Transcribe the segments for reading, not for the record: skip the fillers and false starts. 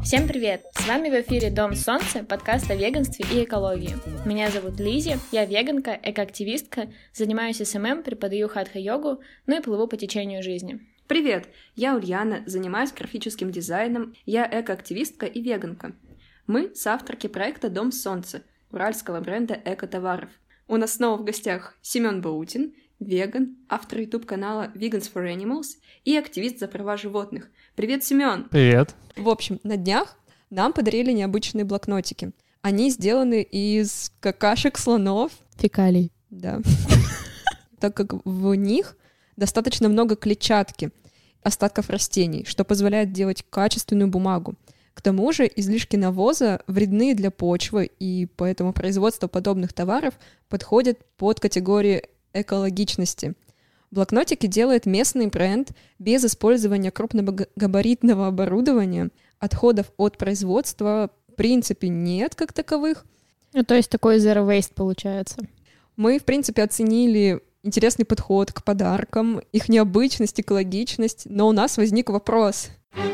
Всем привет! С вами в эфире Дом Солнца, подкаст о веганстве и экологии. Меня зовут Лизи, я веганка, экоактивистка, занимаюсь СММ, преподаю хатха-йогу, ну и плыву по течению жизни. Привет! Я Ульяна, занимаюсь графическим дизайном, я экоактивистка и веганка. Мы соавторки проекта Дом Солнца, уральского бренда эко-товаров. У нас снова в гостях Семен Баутин, веган, автор YouTube-канала Vegans for Animals и активист за права животных. Привет, Семен! Привет! В общем, на днях нам подарили необычные блокнотики. Они сделаны из какашек слонов. Фекалий. Да. Так как в них достаточно много клетчатки, остатков растений, что позволяет делать качественную бумагу. К тому же излишки навоза вредны для почвы, и поэтому производство подобных товаров подходит под категории экологичности. Блокнотики делает местный бренд без использования крупногабаритного оборудования. Отходов от производства в принципе нет как таковых. Ну, то есть такой zero waste получается. Мы, в принципе, оценили интересный подход к подаркам, их необычность, экологичность, но у нас возник вопрос.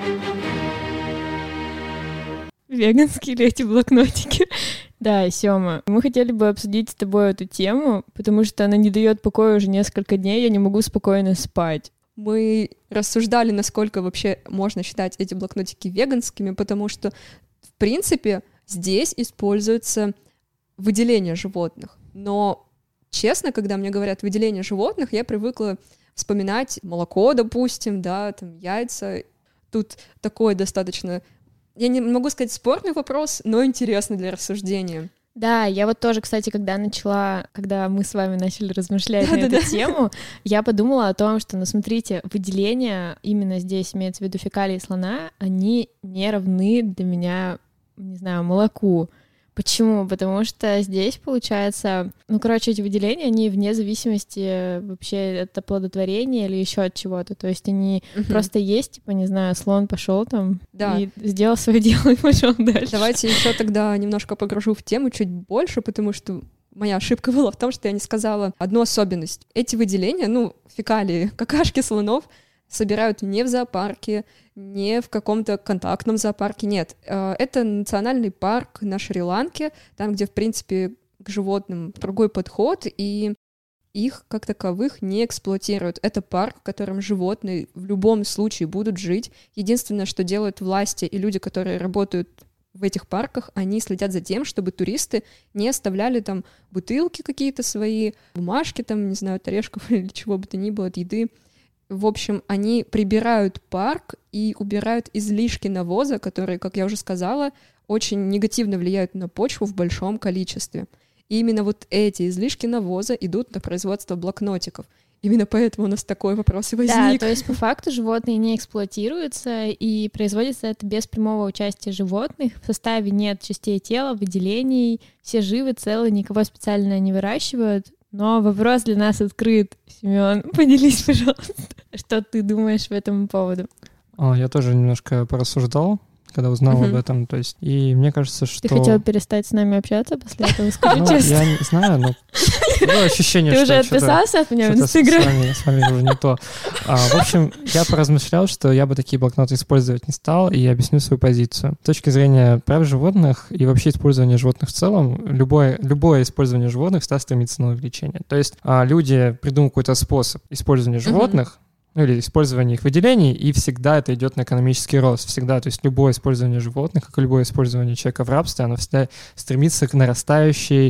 Веганские ли эти блокнотики? Да, Сёма, мы хотели бы обсудить с тобой эту тему, потому что она не дает покоя уже несколько дней, я не могу спокойно спать. Мы рассуждали, насколько вообще можно считать эти блокнотики веганскими, потому что, в принципе, здесь используется выделение животных. Но, честно, когда мне говорят выделение животных, я привыкла вспоминать молоко, допустим, да, там яйца. Тут такое достаточно... Я не могу сказать спорный вопрос, но интересный для рассуждения. Да, я вот тоже, кстати, когда мы с вами начали размышлять на эту тему, я подумала о том, что, ну, смотрите, выделения, именно здесь имеется в виду фекалии слона, они не равны для меня, не знаю, молоку. Почему? Потому что здесь, получается, эти выделения, они вне зависимости вообще от оплодотворения или еще от чего-то. То есть они просто есть, типа, не знаю, слон пошел там и сделал свое дело и пошел дальше. Давайте еще тогда немножко погружу в тему чуть больше, потому что моя ошибка была в том, что я не сказала одну особенность. Эти выделения, фекалии, какашки слонов, собирают не в зоопарке, не в каком-то контактном зоопарке, нет. Это национальный парк на Шри-Ланке, там, где, в принципе, к животным другой подход, и их, как таковых, не эксплуатируют. Это парк, в котором животные в любом случае будут жить. Единственное, что делают власти и люди, которые работают в этих парках, они следят за тем, чтобы туристы не оставляли там бутылки какие-то свои, бумажки там, не знаю, от орешков или чего бы то ни было, от еды. В общем, они прибирают парк и убирают излишки навоза, которые, как я уже сказала, очень негативно влияют на почву в большом количестве. И именно вот эти излишки навоза идут на производство блокнотиков. Именно поэтому у нас такой вопрос и возник. Да, то есть по факту животные не эксплуатируются, и производится это без прямого участия животных. В составе нет частей тела, выделений, все живы, целы, никого специально не выращивают. Но вопрос для нас открыт. Семен, поделись, пожалуйста, что ты думаешь по этому поводу? Я тоже немножко порассуждал, когда узнал об этом. То есть, и мне кажется, что... Ты хотел перестать с нами общаться после этого, скажи честно? Я не знаю, но ощущение, что... Ты уже отписался от меня в Инстаграме? С вами уже не то. В общем, я поразмышлял, что я бы такие блокноты использовать не стал, и объясню свою позицию. С точки зрения прав животных и вообще использования животных в целом, любое использование животных всегда стремится на увеличение. То есть люди придумают какой-то способ использования животных, или использование их выделений, и всегда это идет на экономический рост. Всегда, то есть любое использование животных, как и любое использование человека в рабстве, оно всегда стремится к нарастающей.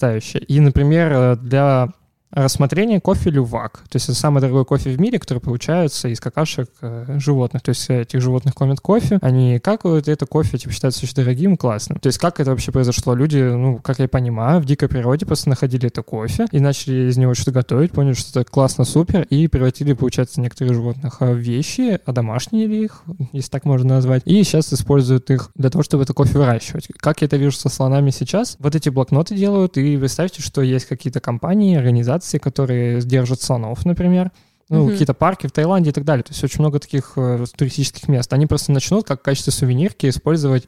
И, например, для рассмотрения кофе лювак. То есть это самый дорогой кофе в мире, который получается из какашек животных. То есть этих животных кормят кофе, они какают, и это кофе считается очень дорогим, классным. То есть как это вообще произошло? Люди, как я понимаю, в дикой природе просто находили это кофе и начали из него что-то готовить, поняли, что это классно, супер, и превратили, получается, некоторых животных в вещи, одомашнили их, если так можно назвать, и сейчас используют их для того, чтобы это кофе выращивать. Как я это вижу со слонами сейчас? Вот эти блокноты делают, и представьте, что есть какие-то компании, организации, которые держат слонов, например, какие-то парки в Таиланде и так далее. То есть очень много таких туристических мест. Они просто начнут как в качестве сувенирки использовать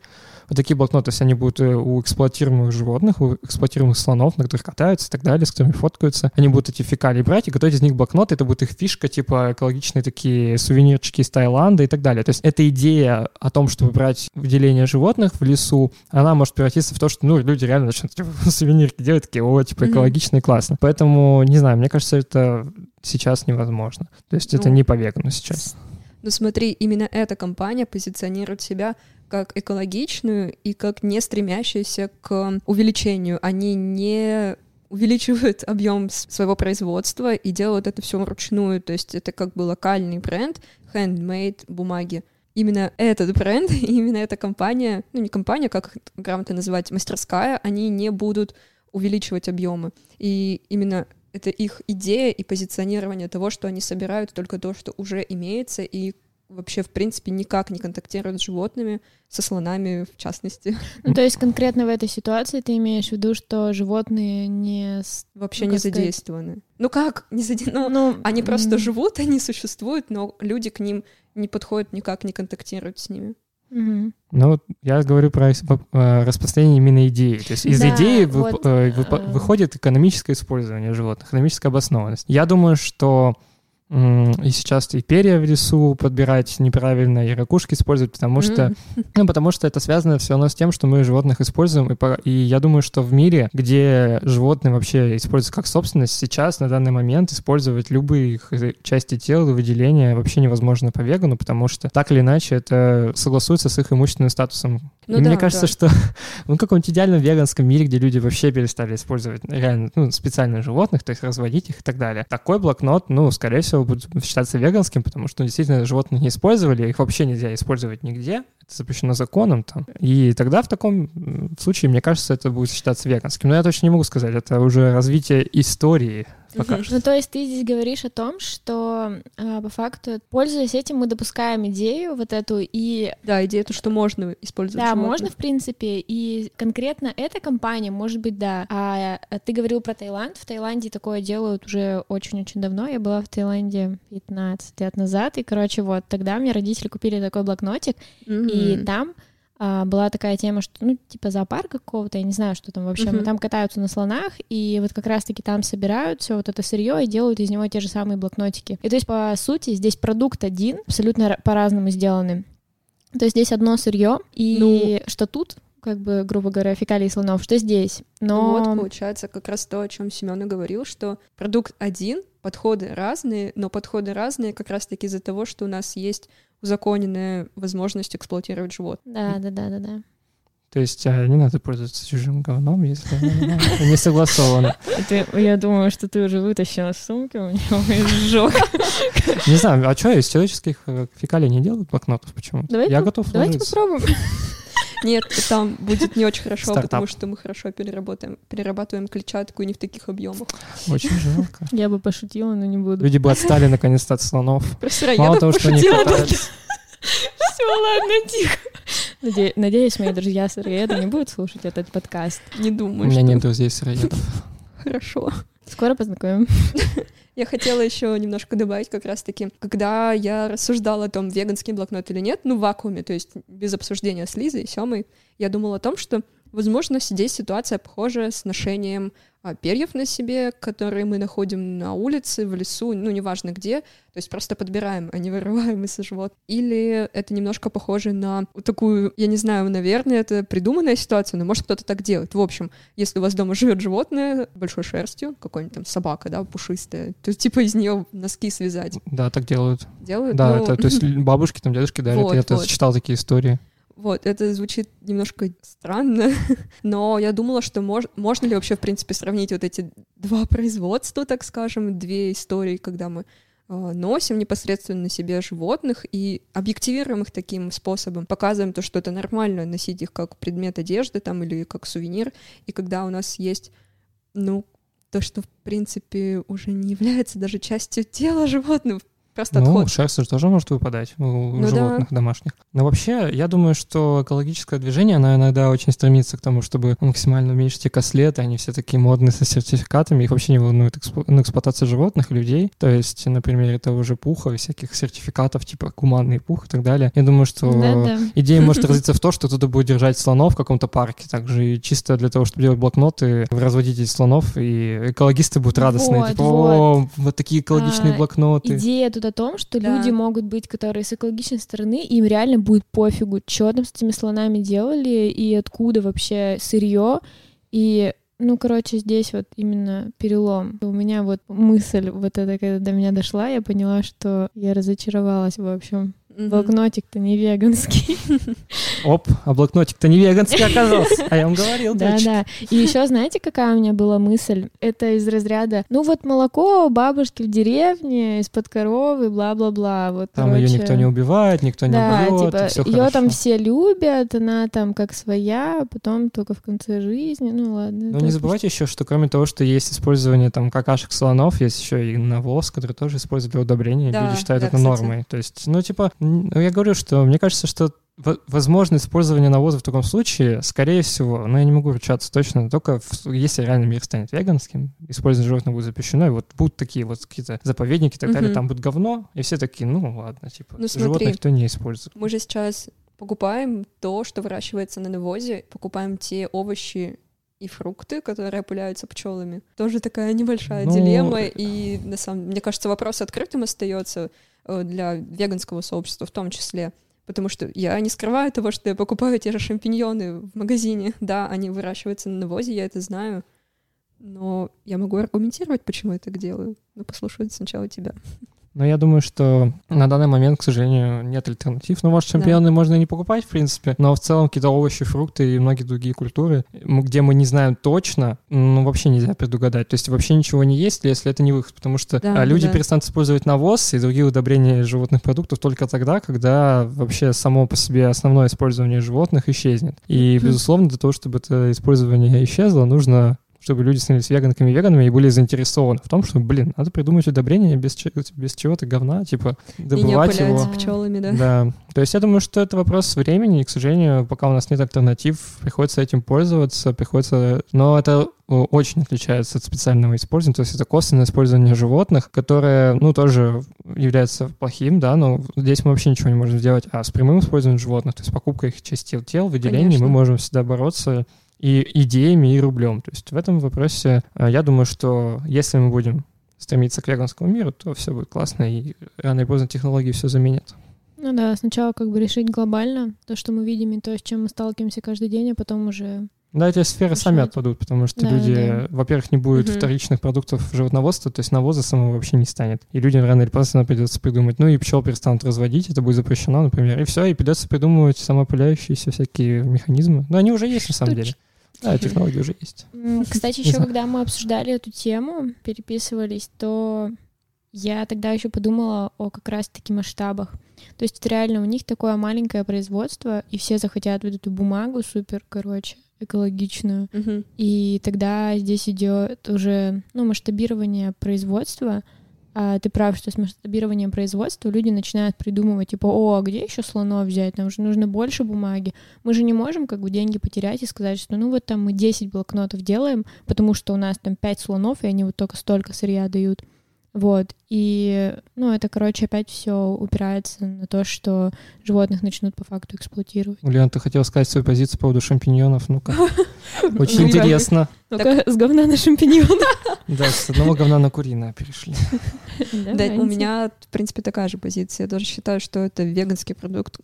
Вот такие блокноты, если они будут у эксплуатируемых животных, у эксплуатируемых слонов, на которых катаются и так далее, с которыми фоткаются, они будут эти фекалии брать и готовить из них блокноты, это будет их фишка, типа экологичные такие сувенирчики из Таиланда и так далее. То есть эта идея о том, чтобы брать выделение животных в лесу, она может превратиться в то, что, ну, люди реально начнут типа, сувенирки делать, такие, о, типа, экологично и классно. Поэтому, не знаю, мне кажется, это сейчас невозможно. То есть это не по вегану сейчас. Ну смотри, именно эта компания позиционирует себя как экологичную и как не стремящуюся к увеличению. Они не увеличивают объем своего производства и делают это все вручную. То есть это как бы локальный бренд, handmade бумаги. Именно этот бренд, именно эта компания, ну не компания, как грамотно называть, мастерская, они не будут увеличивать объемы. И именно это их идея и позиционирование того, что они собирают только то, что уже имеется, и вообще, в принципе, никак не контактируют с животными, со слонами в частности. Ну, то есть конкретно в этой ситуации ты имеешь в виду, что животные вообще не задействованы. Ну как? Не задействованы? Они просто живут, они существуют, но люди к ним не подходят, никак не контактируют с ними. Ну, я говорю про распространение именно идеи. То есть из идеи выходит экономическое использование животных, экономическая обоснованность. Я думаю, что и сейчас и перья в лесу подбирать неправильно, и ракушки использовать, потому что это связано все равно с тем, что мы животных используем, и я думаю, что в мире, где животные вообще используются как собственность, сейчас, на данный момент, использовать любые их части тела, выделения вообще невозможно по вегану, потому что так или иначе это согласуется с их имущественным статусом. Мне кажется, что в каком-нибудь идеальном веганском мире, где люди вообще перестали использовать реально специальных животных, то есть разводить их и так далее, такой блокнот, скорее всего, будет считаться веганским, потому что действительно животных не использовали, их вообще нельзя использовать нигде, это запрещено законом там. И тогда в таком случае, мне кажется, это будет считаться веганским. Но я точно не могу сказать, это уже развитие истории. Пока что. Ну, то есть ты здесь говоришь о том, что по факту, пользуясь этим, мы допускаем идею вот эту и... Да, идею, что можно использовать животных. Да, можно, в принципе, и конкретно эта компания, может быть, да. А ты говорил про Таиланд. В Таиланде такое делают уже очень-очень давно. Я была в Таиланде 15 лет назад, и, короче, вот, тогда мне родители купили такой блокнотик, и там... была такая тема, что, типа зоопарка какого-то, я не знаю, что там вообще, но там катаются на слонах, и вот как раз-таки там собирают все вот это сырье и делают из него те же самые блокнотики. И то есть, по сути, здесь продукт один, абсолютно по-разному сделаны. То есть здесь одно сырье, и что тут, как бы, грубо говоря, фекалии слонов, что здесь. Но... Вот, получается, как раз то, о чем Семен и говорил, что продукт один, подходы разные, но подходы разные как раз-таки из-за того, что у нас есть узаконенная возможность эксплуатировать животных. Да. То есть не надо пользоваться чужим говном, если не согласовано. Я думаю, что ты уже вытащила сумки у него и сжёг. Не знаю, а что, из человеческих фекалий не делают блокнотов почему-то? Я готов Давайте попробуем. Нет, там будет не очень хорошо, потому что мы хорошо перерабатываем клетчатку и не в таких объемах. Очень жалко. Я бы пошутила, но не буду. Люди бы отстали наконец-то от слонов. Мало того, что они катаются. Все, ладно, тихо. Надеюсь, мои друзья сыроеды не будут слушать этот подкаст. Не думаю, У меня нет друзей сыроедов. Хорошо. Скоро познакомим. Я хотела еще немножко добавить как раз-таки, когда я рассуждала о том, веганский блокнот или нет, в вакууме, то есть без обсуждения с Лизой и Семой, я думала о том, что, возможно, здесь ситуация похожая с ношением перьев на себе, которые мы находим на улице, в лесу, неважно где, то есть просто подбираем, а не вырываем из живот. Или это немножко похоже на такую, я не знаю, наверное, это придуманная ситуация, но может кто-то так делает. В общем, если у вас дома живет животное большой шерстью, какой-нибудь там собака, да, пушистая, то есть из нее носки связать. Да, так делают. Делают? Да, то есть бабушки, там дедушки дарят, я тоже читал такие истории. Вот, это звучит немножко странно, но я думала, что можно ли вообще, в принципе, сравнить вот эти два производства, так скажем, две истории, когда мы носим непосредственно на себе животных и объективируем их таким способом, показываем то, что это нормально носить их как предмет одежды там или как сувенир, и когда у нас есть, то, что, в принципе, уже не является даже частью тела животного, Просто Ну, отход. шерсть же тоже может выпадать у животных домашних. Но вообще, я думаю, что экологическое движение, оно иногда очень стремится к тому, чтобы максимально уменьшить экослед, они все такие модные со сертификатами, их вообще не волнует эксплуатация животных, людей. То есть, на примере того же пуха и всяких сертификатов, типа гуманный пух и так далее. Я думаю, что идея может развиться в то, что кто-то будет держать слонов в каком-то парке, также и чисто для того, чтобы делать блокноты, вы разводите слонов, и экологисты будут радостные. Вот, типа, о, вот такие экологичные блокноты. Идея тут о том, что люди могут быть, которые с экологичной стороны, им реально будет пофигу, что там с этими слонами делали и откуда вообще сырье. И, ну, короче, здесь вот именно перелом. У меня вот мысль вот эта, когда до меня дошла, я поняла, что я разочаровалась, в общем. Блокнотик-то не веганский. Оп, а блокнотик-то не веганский оказался. А я вам говорил, да. И еще знаете, какая у меня была мысль? Это из разряда, ну вот молоко у бабушки в деревне из-под коровы, бла-бла-бла. Вот, там ее никто не убивает, никто не убьет, типа, все ее там все любят, она там как своя, потом только в конце жизни, ну ладно. Но не забывайте еще, что кроме того, что есть использование там какашек слонов, есть еще и навоз, который тоже используют для удобрения, люди считают это нормой. То есть, ну типа, я говорю, что мне кажется, что возможно использование навоза в таком случае, скорее всего, но я не могу ручаться точно, только если реально мир станет веганским, использование животных будет запрещено, и вот будут такие вот какие-то заповедники и так далее, там будет говно, и все такие, ну ладно, типа, животных никто не использует. Мы же сейчас покупаем то, что выращивается на навозе, покупаем те овощи и фрукты, которые опыляются пчелами. Тоже такая небольшая дилемма, и мне кажется, вопрос открытым остается для веганского сообщества в том числе. Потому что я не скрываю того, что я покупаю те же шампиньоны в магазине. Да, они выращиваются на навозе, я это знаю. Но я могу аргументировать, почему я так делаю. Но послушаю сначала тебя. Но я думаю, что на данный момент, к сожалению, нет альтернатив. Ну, может, шампиньоны можно и не покупать, в принципе, но в целом какие-то овощи, фрукты и многие другие культуры, где мы не знаем точно, ну, вообще нельзя предугадать. То есть вообще ничего не есть, если это не выход, потому что люди перестанут использовать навоз и другие удобрения животных продуктов только тогда, когда вообще само по себе основное использование животных исчезнет. И, безусловно, для того, чтобы это использование исчезло, нужно чтобы люди становились веганками и веганами и были заинтересованы в том, что, надо придумать удобрение без чего-то говна, типа, добывать его. Пчелами, да. Да. То есть я думаю, что это вопрос времени, и, к сожалению, пока у нас нет альтернатив, приходится этим пользоваться, но это очень отличается от специального использования, то есть это косвенное использование животных, которое, тоже является плохим, да, но здесь мы вообще ничего не можем сделать, а с прямым использованием животных, то есть покупкой их частей тел, выделений, мы можем всегда бороться и идеями, и рублем. То есть в этом вопросе я думаю, что если мы будем стремиться к веганскому миру, то все будет классно, и рано или поздно технологии все заменят. Ну да, сначала решить глобально то, что мы видим, и то, с чем мы сталкиваемся каждый день, а потом уже... Да, эти сферы сами отпадут, потому что люди, во-первых, не будет вторичных продуктов животноводства, то есть навоза самого вообще не станет. И людям рано или поздно придется придумать. Ну и пчел перестанут разводить, это будет запрещено, например. И все, и придется придумывать самоопыляющиеся всякие механизмы. Но они уже есть на самом деле. Да, технологии уже есть. Кстати, еще когда мы обсуждали эту тему, переписывались, то я тогда еще подумала о как раз-таки масштабах. То есть реально у них такое маленькое производство, и все захотят вот эту бумагу супер, экологичную. И тогда здесь идет уже масштабирование производства. А ты прав, что с масштабированием производства люди начинают придумывать, типа, а где еще слонов взять? Нам же нужно больше бумаги. Мы же не можем деньги потерять и сказать, что там мы 10 блокнотов делаем, потому что у нас там 5 слонов, и они вот только столько сырья дают. Вот. И, это, опять все упирается на то, что животных начнут по факту эксплуатировать. Ульяна, ты хотела сказать свою позицию по поводу шампиньонов? Ну-ка. Очень интересно. Ну-ка, с говна на шампиньона. Да, с одного говна на куриное перешли. Да, у меня, в принципе, такая же позиция. Я даже считаю, что это веганский продукт.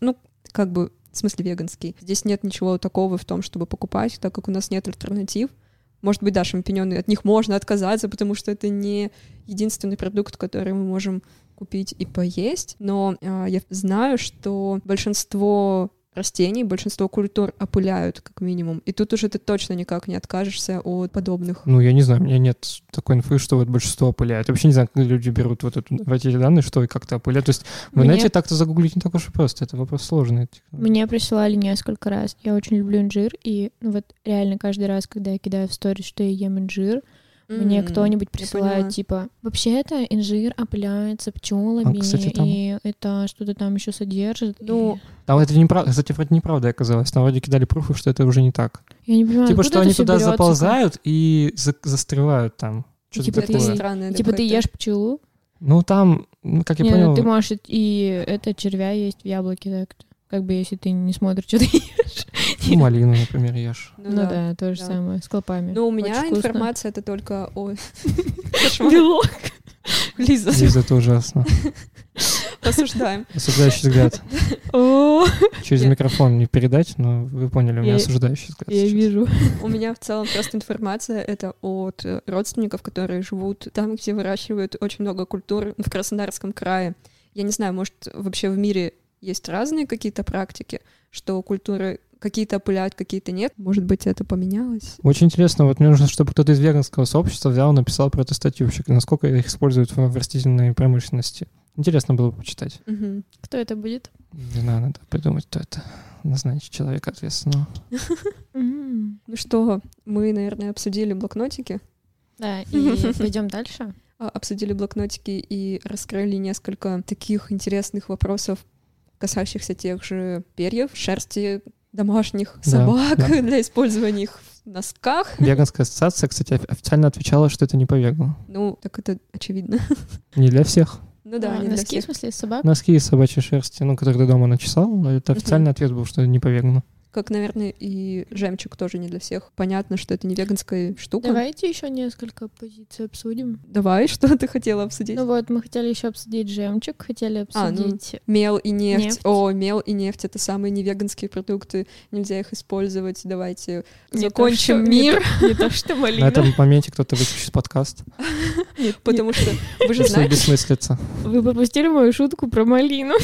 В смысле веганский. Здесь нет ничего такого в том, чтобы покупать, так как у нас нет альтернатив. Может быть, да, шампиньоны, от них можно отказаться, потому что это не единственный продукт, который мы можем купить и поесть. Но я знаю, что большинство растений, большинство культур опыляют, как минимум. И тут уже ты точно никак не откажешься от подобных. Я не знаю, у меня нет такой инфы, что большинство опыляют. Я вообще не знаю, как люди берут эти данные, что и как-то опыляют. То есть в инете так-то загуглить не так уж и просто. Это вопрос сложный. Мне присылали несколько раз. Я очень люблю инжир. И реально каждый раз, когда я кидаю в сторис, что я ем инжир, мне кто-нибудь я присылает, поняла. типа, вообще-то инжир опыляется пчелами, кстати, там- и это что-то там еще содержит. Ну, Там это неправда, кстати, вроде неправда оказалось. Там вроде кидали пруфы, что это уже не так. Я не понимаю, Типа, откуда что это они всё туда берётся? заползают и застревают там. Что-то типа, такое. ты- странное. Типа ты какое-то. ешь пчелу? Ну, там, как я Не, понял... ну ты можешь и это червя есть в яблоке, так как бы если ты не смотришь, что ты ешь. Ну, малину, например, ешь. Ну да, то же да. самое, с клопами. Но у меня Очень вкусно. информация это только о... Белок. Лиза, Лиза, это ужасно. осуждаем. Осуждающий взгляд. О, Через Нет. микрофон не передать, но вы поняли, у меня Я- осуждающий взгляд. я сейчас. вижу. У меня в целом просто информация это от родственников, которые живут там, где выращивают очень много культур в Краснодарском крае. Я не знаю, может, вообще в мире есть разные какие-то практики, что культуры какие-то опыляют, какие-то нет. Может быть, это поменялось? Очень интересно, вот мне нужно, чтобы кто-то из веганского сообщества взял и написал про эту статью вообще, насколько их используют в растительной промышленности. Интересно было бы почитать. Мгм. Кто это будет? Не знаю, надо придумать, кто это. Назначить человека ответственного. М. Ну что, мы, наверное, обсудили блокнотики. Да, и пойдем дальше. Обсудили блокнотики и раскрыли несколько таких интересных вопросов, касающихся тех же перьев, шерсти домашних Да, собак да. для использования их в носках. Веганская ассоциация, кстати, официально отвечала, что это не по вегану. Ну, так это очевидно. Не для всех. Ну да, не для носки, в всех. смысле, собак? Носки из собачьей шерсти, ну, которые ты дома начесал, это официальный ответ был, что это не по вегану. Как, наверное, и жемчуг тоже не для всех. Понятно, что это не веганская штука. Давайте еще несколько позиций обсудим. Давай, что ты хотела обсудить? Ну вот, мы хотели еще обсудить жемчуг, хотели А, ну, обсудить... Мел и нефть. Нефть. О, мел и нефть — это самые невеганские продукты. Нельзя их использовать. Давайте Не закончим то, что- мир. Не то, что На малина. этом моменте кто-то выключит подкаст. Потому что вы же Если знаете, бессмыслица. Вы пропустили мою шутку про малину.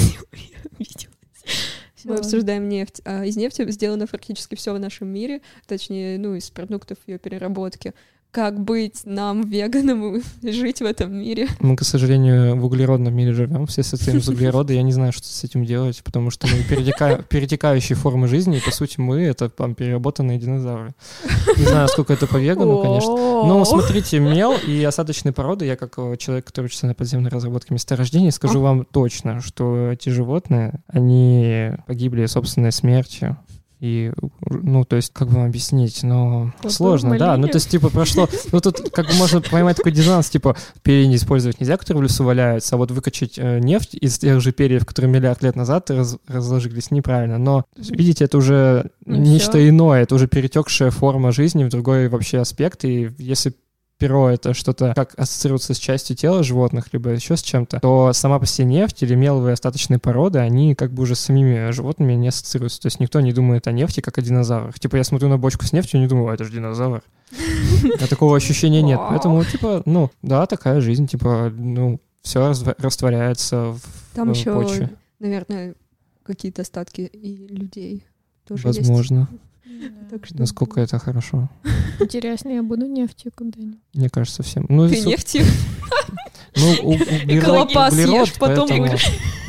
мы обсуждаем нефть. А из нефти сделано практически все в нашем мире, точнее, ну, из продуктов ее переработки. Как быть нам, веганам, и жить в этом мире? Мы, к сожалению, в углеродном мире живем, все состоим из углерода. Я не знаю, что с этим делать, потому что мы перетекающие формы жизни, и, по сути, мы — это там переработанные динозавры. Не знаю, сколько это по вегану, конечно. Ну, смотрите, мел и осадочные породы, я как человек, который учится на подземной разработке месторождений, скажу вам точно, что эти животные, они погибли собственной смертью. И, ну, то есть, как бы вам объяснить, но Плохой сложно, да. малине. Ну, то есть, типа, прошло... Ну, тут как бы можно поймать такой диссонанс, типа, перья не использовать нельзя, которые в лесу валяются, а вот выкачать нефть из тех же перьев, которые миллиард лет назад разложились, неправильно. Но, видите, это уже Ну, нечто всё. иное, это уже перетекшая форма жизни в другой вообще аспект, и если перо — это что-то, как ассоциируется с частью тела животных, либо еще с чем-то, то сама по себе нефть или меловые остаточные породы, они как бы уже с самими животными не ассоциируются. То есть никто не думает о нефти, как о динозаврах. Типа я смотрю на бочку с нефтью и не думаю, это же динозавр. А такого ощущения нет. Поэтому, типа, ну, да, такая жизнь, типа, ну, все растворяется в Там еще, почве. наверное, какие-то остатки и людей тоже есть. Возможно. Так что Насколько это хорошо. Интересно, я буду нефтью когда-нибудь. Мне кажется, всем. Ну, ты нефтью Ну, колопас углерод, ешь, потом поэтому- будешь.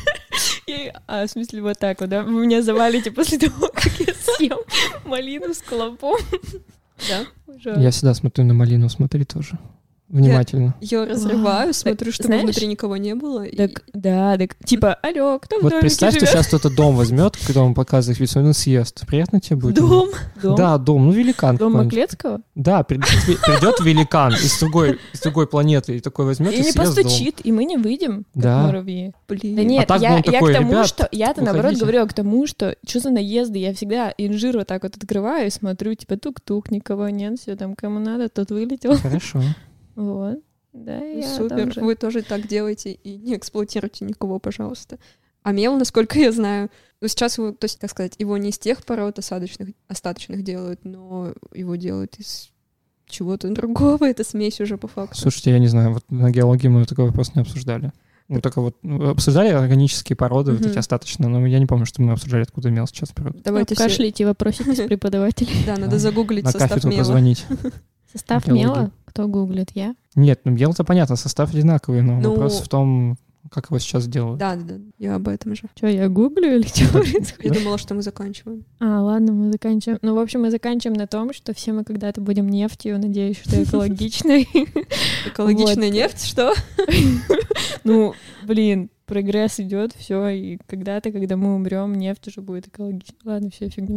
В смысле, вот так вот, да? Вы меня завалите после того, как я съем малину с колопом. Да. Ужасно. Я всегда смотрю на малину, смотри тоже. Внимательно. Я разрываю, Вау. смотрю, чтобы Знаешь- внутри никого не было. и- Так, да, так, типа, алло, кто в Вот домике представь, что живет? сейчас кто-то дом возьмет, когда он показывает видео, он съест. Приятно тебе будет? Дом? Да, дом. Ну, великан Дом какой-нибудь. Маклецкого? Да, придет великан из другой планеты и такой возьмет и И не съест дом. постучит, и мы не выйдем, как Да. муравьи. Блин. Да нет, так бы я он такой, к тому, ребят, что... Я-то, наоборот, уходите. говорю к тому, что что за наезды? Я всегда инжир вот так вот открываю и смотрю, типа, тук-тук, никого нет, все там, кому надо, тот вылетел. Хорошо. Вот. Да, я Супер, там же. вы тоже так делаете и не эксплуатируйте никого, пожалуйста. А мел, насколько я знаю, ну, сейчас его, то есть, так сказать, его не из тех пород остаточных делают, но его делают из чего-то другого, это смесь уже по факту. Слушайте, я не знаю, вот на геологии мы такой вопрос не обсуждали. Мы только вот обсуждали органические породы, вот Мгм. эти остаточные, но я не помню, что мы обсуждали, откуда мел сейчас природа. Давайте все... Кашляйте, вопроситесь преподавателей. Да, надо загуглить На состав кафедру мела. позвонить. Состав Геология. мела? Кто гуглит? Я? Нет, ну мел-то понятно, состав одинаковый, но Ну, вопрос в том, как его сейчас делают. Да, я об этом же. Что, я гуглю или что происходит? Я думала, что мы заканчиваем. Ладно, мы заканчиваем. Ну, в общем, мы заканчиваем на том, что все мы когда-то будем нефтью, надеюсь, что экологичной. Экологичная нефть, что? Ну, блин, прогресс идет, все, и когда-то, когда мы умрем, нефть уже будет экологичной. Ладно, все, фигню.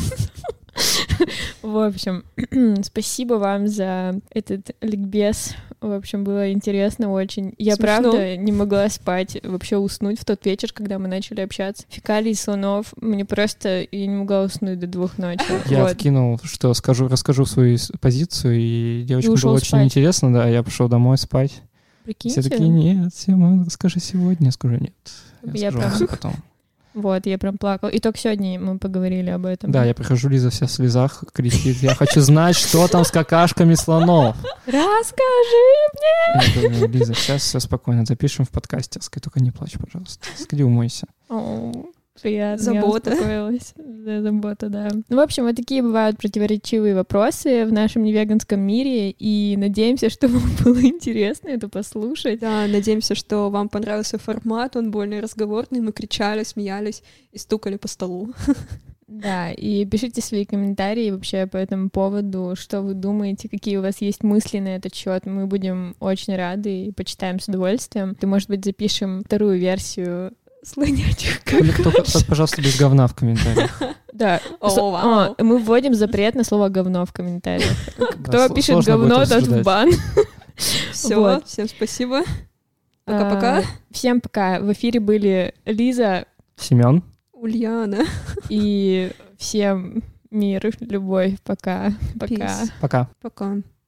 В общем, спасибо вам за этот ликбез. В общем, было интересно очень. Я, правда, не могла спать, вообще уснуть в тот вечер, когда мы начали общаться. Фекалии слонов. Мне просто... Я не могла уснуть до 2 ночи. Я вкинул, что расскажу свою позицию, и девочкам было очень интересно, да, я пошел домой спать. Прикиньте. Все такие, нет, Сема, расскажи сегодня. Я скажу, нет. Я скажу потом. Вот, я прям плакала. И только сегодня мы поговорили об этом. Да, я прихожу, Лиза вся в слезах, кричит, я хочу знать, что там с какашками слонов. Расскажи мне! Я говорю, Лиза, сейчас все спокойно, запишем в подкасте. Скажи, только не плачь, пожалуйста. Сходи, умойся. Приятно, забота. Я успокоилась. Забота, да. Ну, в общем, вот такие бывают противоречивые вопросы в нашем невеганском мире, и надеемся, что вам было интересно это послушать. Да, надеемся, что вам понравился формат, он более разговорный, мы кричали, смеялись и стукали по столу. Да, и пишите свои комментарии вообще по этому поводу, что вы думаете, какие у вас есть мысли на этот счет. Мы будем очень рады и почитаем с удовольствием. И, может быть, запишем вторую версию слонячих какашек. Только, пожалуйста, без говна в комментариях. Да. Мы вводим запрет на слово говно в комментариях. Кто пишет говно, тот в бан. Все, всем спасибо. Пока-пока. Всем пока. В эфире были Лиза, Семен, Ульяна. И всем мир, любовь. Пока. Пока. Пока. Пока.